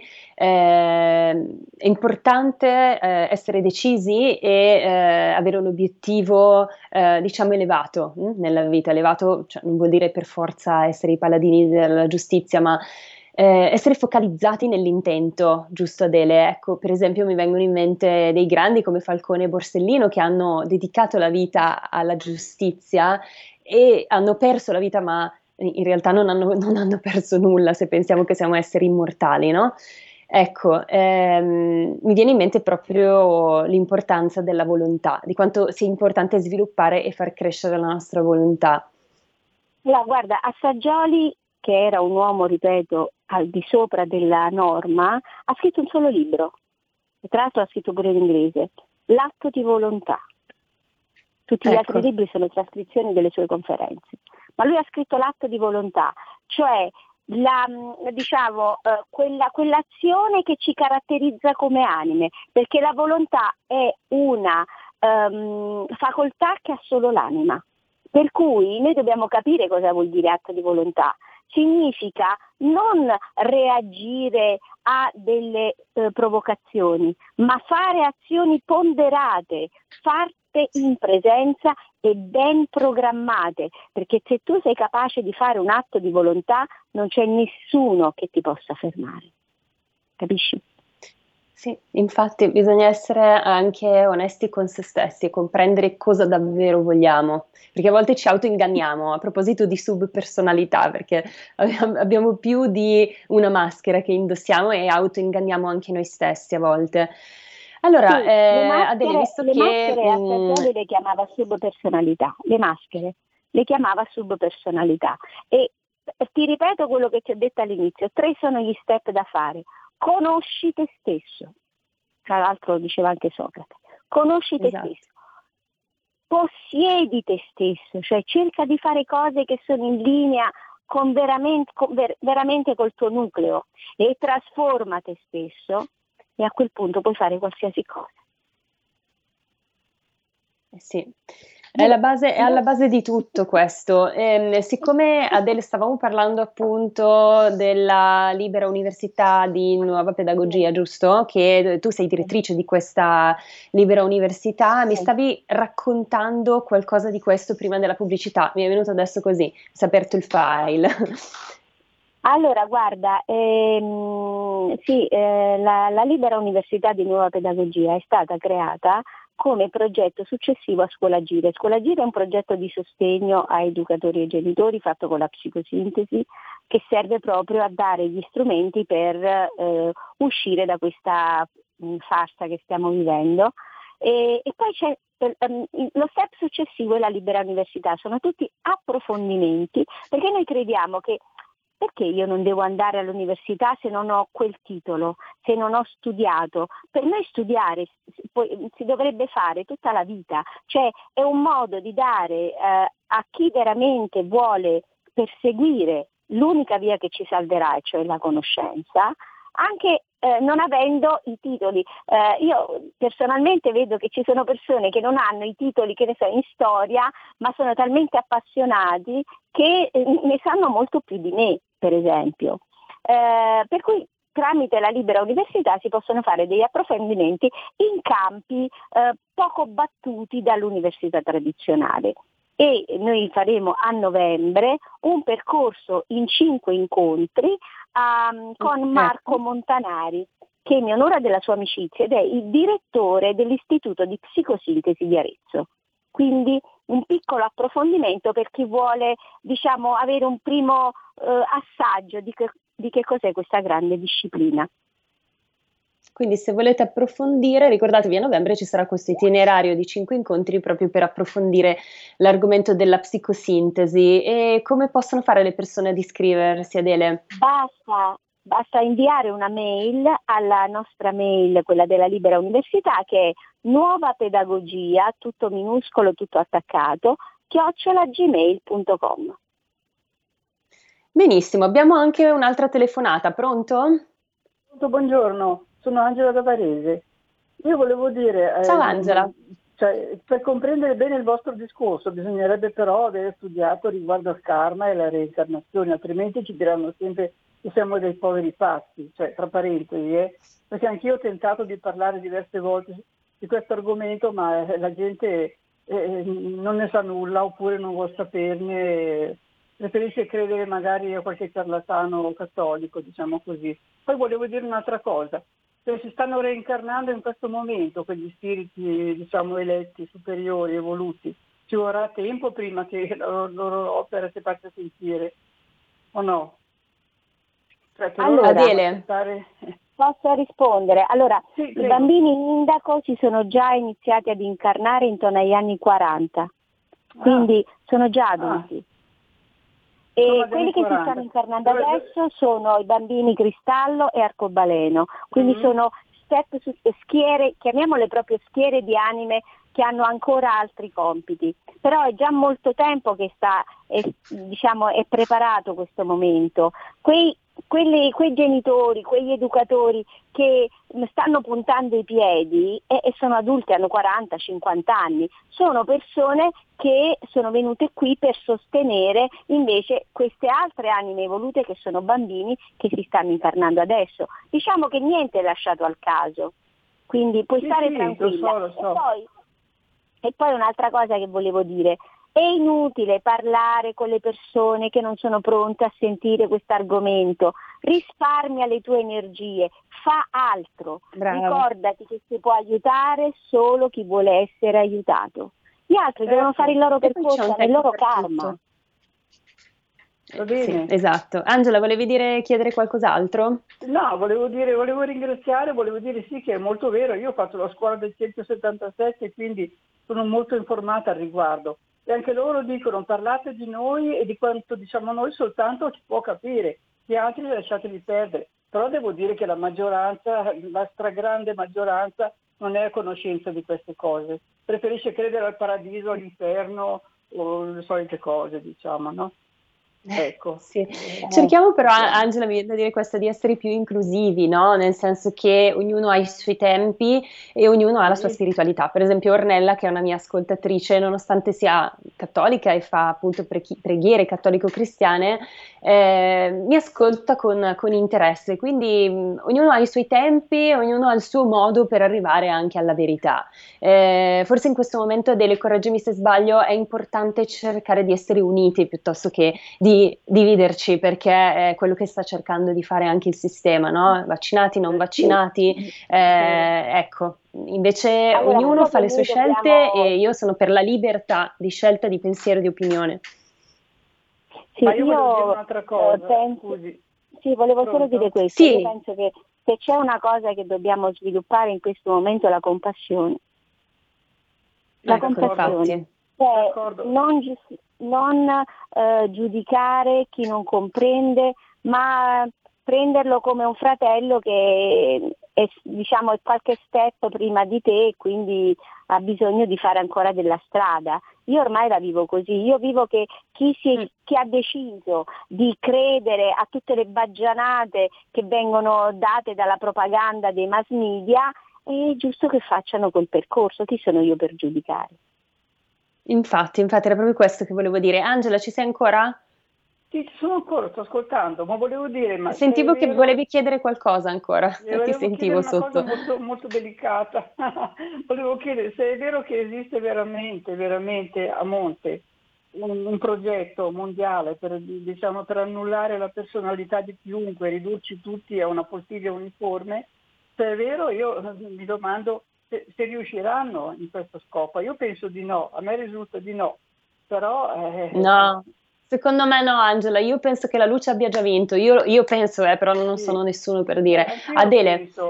eh, è importante eh, essere decisi e eh, avere un obiettivo eh, diciamo elevato hm, nella vita. Elevato, cioè, non vuol dire per forza essere i paladini della giustizia, ma Eh, essere focalizzati nell'intento, giusto Adele? Ecco, per esempio mi vengono in mente dei grandi come Falcone e Borsellino che hanno dedicato la vita alla giustizia e hanno perso la vita, ma in realtà non hanno, non hanno perso nulla se pensiamo che siamo esseri immortali, no? Ecco, ehm, mi viene in mente proprio l'importanza della volontà, di quanto sia importante sviluppare e far crescere la nostra volontà. No, guarda, Assagioli, che era un uomo, ripeto, al di sopra della norma, ha scritto un solo libro, e tra l'altro ha scritto pure in inglese, L'atto di volontà. Tutti gli Ecco. altri libri sono trascrizioni delle sue conferenze, ma lui ha scritto L'atto di volontà, cioè la, diciamo, eh, quella, quell'azione che ci caratterizza come anime, perché la volontà è una um, facoltà che ha solo l'anima. Per cui noi dobbiamo capire cosa vuol dire atto di volontà. Significa non reagire a delle eh, provocazioni, ma fare azioni ponderate, fatte in presenza e ben programmate, perché se tu sei capace di fare un atto di volontà non c'è nessuno che ti possa fermare. Capisci? Sì, infatti bisogna essere anche onesti con se stessi e comprendere cosa davvero vogliamo, perché a volte ci autoinganniamo, a proposito di subpersonalità, perché abbiamo più di una maschera che indossiamo e autoinganniamo anche noi stessi a volte. Allora, sì, eh, le maschere, Adele, visto le che... maschere a mh, Assagioli le chiamava subpersonalità, le maschere le chiamava subpersonalità e ti ripeto quello che ti ho detto all'inizio, tre sono gli step da fare. Conosci te stesso, tra l'altro lo diceva anche Socrate, conosci te Esatto. stesso, possiedi te stesso, cioè cerca di fare cose che sono in linea con veramente, con ver, veramente col tuo nucleo e trasforma te stesso e a quel punto puoi fare qualsiasi cosa. Eh sì. È, la base, è alla base di tutto questo. Ehm, siccome Adele stavamo parlando appunto della Libera Università di Nuova Pedagogia, giusto? Che tu sei direttrice di questa Libera Università, mi stavi raccontando qualcosa di questo prima della pubblicità, mi è venuto adesso così, si è aperto il file. Allora, guarda, ehm, sì, eh, la, la Libera Università di Nuova Pedagogia è stata creata come progetto successivo a Scuola Agire. Scuola Agire è un progetto di sostegno a educatori e genitori fatto con la psicosintesi che serve proprio a dare gli strumenti per eh, uscire da questa mh, farsa che stiamo vivendo. E, e poi c'è um, lo step successivo è la Libera Università, sono tutti approfondimenti perché noi crediamo che perché io non devo andare all'università se non ho quel titolo, se non ho studiato? Per noi studiare si, si dovrebbe fare tutta la vita, cioè è un modo di dare eh, a chi veramente vuole perseguire l'unica via che ci salverà, cioè la conoscenza, anche eh, non avendo i titoli. Eh, io personalmente vedo che ci sono persone che non hanno i titoli, che ne so, in storia, ma sono talmente appassionati che eh, ne sanno molto più di me, per esempio. Eh, per cui tramite la Libera Università si possono fare degli approfondimenti in campi eh, poco battuti dall'università tradizionale. E noi faremo a novembre un percorso in cinque incontri um, con Marco Montanari, che mi onora della sua amicizia ed è il direttore dell'Istituto di Psicosintesi di Arezzo. Quindi un piccolo approfondimento per chi vuole, diciamo, avere un primo uh, assaggio di che, di che cos'è questa grande disciplina. quindi se volete approfondire, ricordatevi a novembre ci sarà questo itinerario di cinque incontri proprio per approfondire l'argomento della psicosintesi. E come possono fare le persone ad iscriversi, Adele? Basta, basta inviare una mail alla nostra mail, quella della Libera Università, che è nuova pedagogia, tutto minuscolo, tutto attaccato, chiocciola gmail punto com. Benissimo, abbiamo anche un'altra telefonata, pronto? Buongiorno, sono Angela da Varese. Io volevo dire... Ciao eh, Angela. Cioè, per comprendere bene il vostro discorso bisognerebbe però aver studiato riguardo al karma e alla reincarnazione, altrimenti ci diranno sempre che siamo dei poveri pazzi, cioè tra parentesi, eh? Perché anch'io ho tentato di parlare diverse volte di questo argomento, ma eh, la gente eh, non ne sa nulla oppure non vuol saperne, preferisce credere magari a qualche ciarlatano cattolico, diciamo così. Poi volevo dire un'altra cosa. Se si stanno reincarnando in questo momento quegli spiriti, diciamo, eletti, superiori, evoluti, ci vorrà tempo prima che la loro, loro opera si faccia sentire, o no? Cioè, allora, Adele, aspettare... posso rispondere? Allora, sì, i bambini indaco si sono già iniziati ad incarnare intorno agli anni quaranta, quindi ah. sono già adulti. Ah. E quelli che si stanno incarnando adesso sono i bambini cristallo e arcobaleno, quindi mm-hmm. sono step su schiere, chiamiamole proprio schiere di anime che hanno ancora altri compiti, però è già molto tempo che sta, è, diciamo, è preparato questo momento. Quei, quelli, quei genitori, quegli educatori che stanno puntando i piedi e, e sono adulti, hanno quaranta cinquanta anni, sono persone che sono venute qui per sostenere invece queste altre anime evolute che sono bambini che si stanno incarnando adesso. Diciamo che niente è lasciato al caso, quindi puoi sì, stare sì, tranquilla. Lo so, lo so. E poi, e poi un'altra cosa che volevo dire, è inutile parlare con le persone che non sono pronte a sentire questo argomento, risparmia le tue energie, fa altro. Bravo. Ricordati che si può aiutare solo chi vuole essere aiutato. Gli altri certo. devono fare il loro percorso nel loro karma. Va bene. Sì, esatto. Angela, volevi dire, chiedere qualcos'altro? No, volevo dire, volevo ringraziare, volevo dire sì che è molto vero, io ho fatto la scuola del centosettantasette, quindi sono molto informata al riguardo. E anche loro dicono parlate di noi e di quanto diciamo noi soltanto si può capire, gli altri lasciateli perdere. Però devo dire che la maggioranza, la stragrande maggioranza non è a conoscenza di queste cose. Preferisce credere al paradiso, all'inferno o le solite cose, diciamo, no? Ecco. Sì. Cerchiamo però, Angela, mi viene da dire questo, di essere più inclusivi, no? Nel senso che ognuno ha i suoi tempi e ognuno ha la sua spiritualità. Per esempio Ornella, che è una mia ascoltatrice, nonostante sia cattolica e fa appunto preghi- preghiere cattolico-cristiane, eh, mi ascolta con, con interesse, quindi mh, ognuno ha i suoi tempi, ognuno ha il suo modo per arrivare anche alla verità. Eh, forse in questo momento, Adele, correggimi se sbaglio, è importante cercare di essere uniti piuttosto che di dividerci, perché è quello che sta cercando di fare anche il sistema, no? Vaccinati, non vaccinati, eh, ecco, invece allora, ognuno fa le sue scelte dobbiamo... e io sono per la libertà di scelta, di pensiero, di opinione. Sì, Ma io, io volevo dire un'altra cosa, penso... scusi. Sì, volevo Pronto? solo dire questo, sì. Io penso che se c'è una cosa che dobbiamo sviluppare in questo momento è la compassione. La ecco, compassione. Cioè, non, giusti- non eh, giudicare chi non comprende, ma prenderlo come un fratello che è, diciamo, è qualche step prima di te e quindi ha bisogno di fare ancora della strada. Io ormai la vivo così, io vivo che chi, si, chi ha deciso di credere a tutte le baggianate che vengono date dalla propaganda dei mass media, è giusto che facciano quel percorso, chi sono io per giudicare? Infatti, infatti era proprio questo che volevo dire. Angela, ci sei ancora? Sì, ci sono ancora, sto ascoltando, ma volevo dire... Ma sentivo che vero... volevi chiedere qualcosa ancora, ti sentivo una sotto. Cosa molto, molto delicata. Volevo chiedere se è vero che esiste veramente, veramente a monte un, un progetto mondiale per, diciamo, per annullare la personalità di chiunque, ridurci tutti a una poltiglia uniforme. Se è vero, io mi domando se, se riusciranno in questo scopo. Io penso di no, a me risulta di no, però... Eh, no, secondo me no, Angela, io penso che la luce abbia già vinto, io, io penso, eh, però non sono nessuno per dire. Eh, Adele, penso.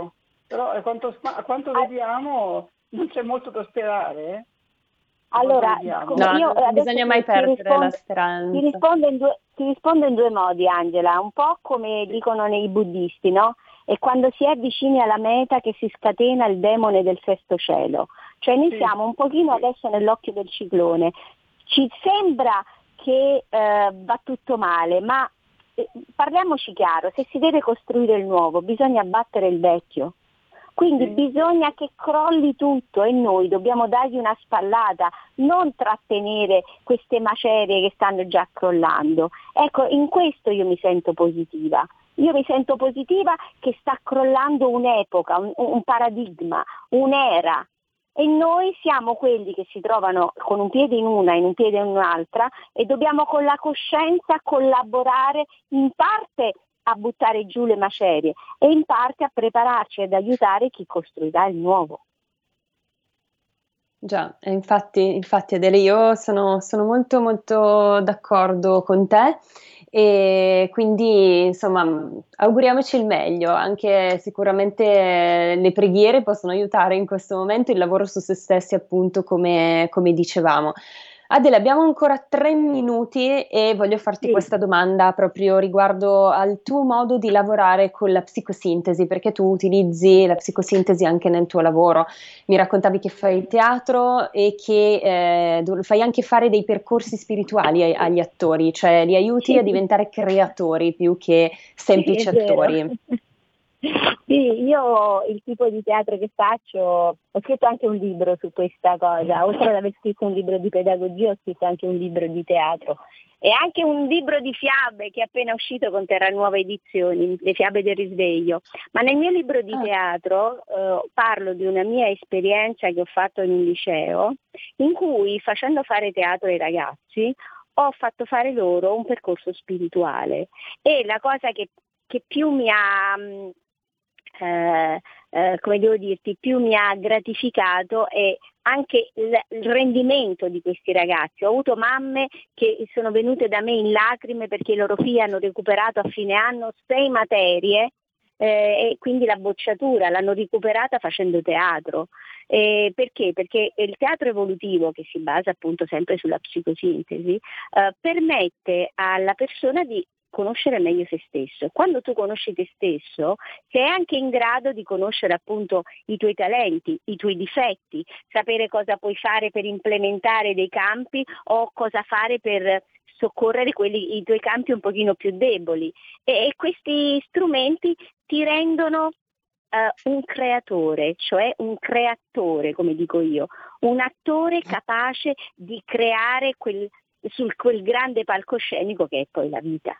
Però a quanto, a quanto ah. vediamo non c'è molto da sperare, eh? Allora, no, io non bisogna ti, mai perdere rispondo, la speranza. Ti rispondo, in due, ti rispondo in due modi, Angela, un po' come dicono nei buddisti, no? È quando si è vicini alla meta che si scatena il demone del sesto cielo. Cioè noi sì. siamo un pochino adesso nell'occhio del ciclone. Ci sembra che eh, va tutto male, ma eh, parliamoci chiaro, se si deve costruire il nuovo bisogna abbattere il vecchio. Quindi bisogna che crolli tutto e noi dobbiamo dargli una spallata, non trattenere queste macerie che stanno già crollando. Ecco, in questo io mi sento positiva. Io mi sento positiva che sta crollando un'epoca, un, un paradigma, un'era. E noi siamo quelli che si trovano con un piede in una e in un piede in un'altra e dobbiamo con la coscienza collaborare in parte a buttare giù le macerie e in parte a prepararci ed aiutare chi costruirà il nuovo. Già, infatti, infatti Adele, io sono, sono molto molto d'accordo con te e quindi insomma auguriamoci il meglio, anche sicuramente le preghiere possono aiutare in questo momento, il lavoro su se stessi appunto come, come dicevamo. Adele, abbiamo ancora tre minuti e voglio farti sì. questa domanda proprio riguardo al tuo modo di lavorare con la psicosintesi, perché tu utilizzi la psicosintesi anche nel tuo lavoro. Mi raccontavi che fai teatro e che eh, fai anche fare dei percorsi spirituali ai, agli attori, cioè li aiuti sì. a diventare creatori più che semplici sì, attori. Sì, io il tipo di teatro che faccio, ho scritto anche un libro su questa cosa, oltre ad aver scritto un libro di pedagogia ho scritto anche un libro di teatro e anche un libro di fiabe che è appena uscito con Terra Nuova Edizioni, Le fiabe del risveglio, ma nel mio libro di teatro eh, parlo di una mia esperienza che ho fatto in un liceo in cui facendo fare teatro ai ragazzi ho fatto fare loro un percorso spirituale e la cosa che, che più mi ha... Eh, eh, come devo dirti, più mi ha gratificato è anche il, il rendimento di questi ragazzi. Ho avuto mamme che sono venute da me in lacrime perché i loro figli hanno recuperato a fine anno sei materie eh, e quindi la bocciatura l'hanno recuperata facendo teatro. Eh, perché? Perché il teatro evolutivo, che si basa appunto sempre sulla psicosintesi, eh, permette alla persona di conoscere meglio se stesso. Quando tu conosci te stesso, sei anche in grado di conoscere appunto i tuoi talenti, i tuoi difetti, sapere cosa puoi fare per implementare dei campi o cosa fare per soccorrere quelli, i tuoi campi un pochino più deboli. E, e questi strumenti ti rendono uh, un creatore, cioè un creatore, come dico io, un attore capace di creare quel, sul quel grande palcoscenico che è poi la vita.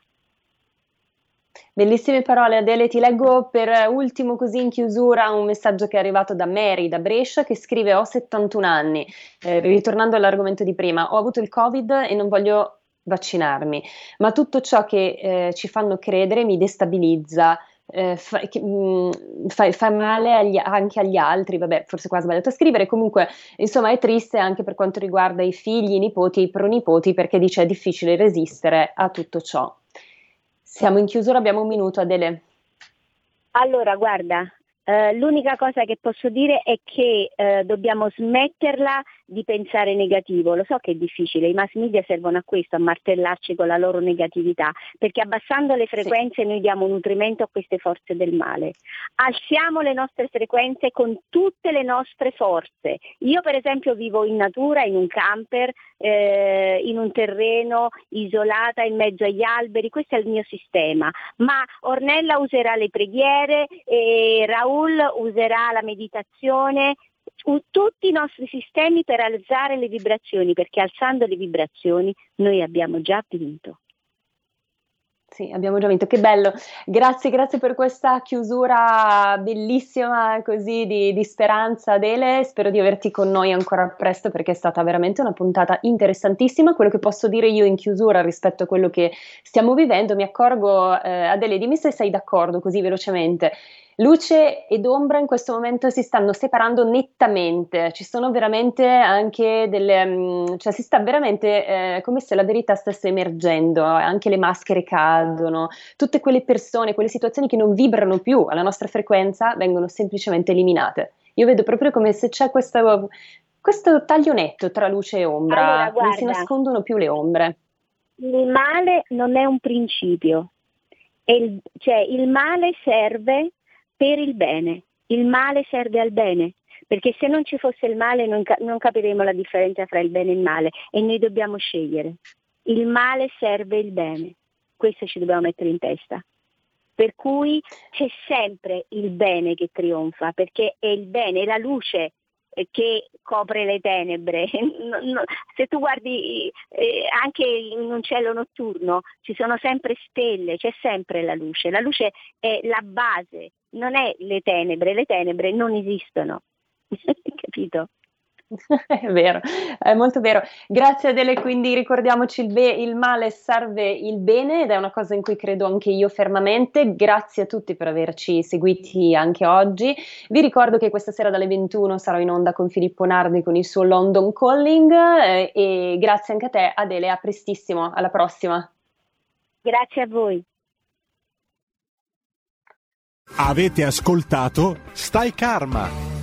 Bellissime parole, Adele. Ti leggo per ultimo così in chiusura un messaggio che è arrivato da Mary da Brescia che scrive: ho settantuno anni, eh, ritornando all'argomento di prima, ho avuto il Covid e non voglio vaccinarmi, ma tutto ciò che eh, ci fanno credere mi destabilizza, eh, fa, che, mh, fa, fa male agli, anche agli altri, vabbè forse qua ho sbagliato a scrivere, comunque insomma è triste anche per quanto riguarda i figli, i nipoti e i pronipoti, perché dice è difficile resistere a tutto ciò. Siamo in chiusura, abbiamo un minuto, Adele. Allora, guarda, eh, l'unica cosa che posso dire è che eh, dobbiamo smetterla di pensare negativo. Lo so che è difficile, i mass media servono a questo, a martellarci con la loro negatività, perché abbassando le frequenze sì. noi diamo nutrimento a queste forze del male. Alziamo le nostre frequenze con tutte le nostre forze. Io per esempio vivo in natura, in un camper, eh, in un terreno isolata in mezzo agli alberi, questo è il mio sistema, ma Ornella userà le preghiere e Raul userà la meditazione, tutti i nostri sistemi per alzare le vibrazioni, perché alzando le vibrazioni noi abbiamo già vinto. Sì, abbiamo già vinto, che bello. Grazie, grazie per questa chiusura bellissima così di, di speranza, Adele. Spero di averti con noi ancora presto perché è stata veramente una puntata interessantissima. Quello che posso dire io in chiusura rispetto a quello che stiamo vivendo, mi accorgo, eh, Adele, dimmi se sei d'accordo così velocemente. Luce ed ombra in questo momento si stanno separando nettamente, ci sono veramente anche delle, cioè si sta veramente eh, come se la verità stesse emergendo, anche le maschere cadono, tutte quelle persone, quelle situazioni che non vibrano più alla nostra frequenza vengono semplicemente eliminate. Io vedo proprio come se c'è questo, questo taglio netto tra luce e ombra, allora, non si nascondono più le ombre. Il male non è un principio, il, cioè il male serve per il bene, il male serve al bene, perché se non ci fosse il male non, non capiremo la differenza tra il bene e il male e noi dobbiamo scegliere. Il male serve il bene, questo ci dobbiamo mettere in testa. Per cui c'è sempre il bene che trionfa, perché è il bene, è la luce che copre le tenebre. No, no, se tu guardi eh, anche in un cielo notturno ci sono sempre stelle, c'è sempre la luce. La luce è la base, non è le tenebre, le tenebre non esistono. Capito? È vero, è molto vero. Grazie Adele, quindi ricordiamoci il, be- il male serve il bene ed è una cosa in cui credo anche io fermamente. Grazie a tutti per averci seguiti anche oggi. Vi ricordo che questa sera dalle ventuno sarò in onda con Filippo Nardi con il suo London Calling eh, e grazie anche a te Adele, a prestissimo, alla prossima. Grazie a voi. Avete ascoltato Stai Karma.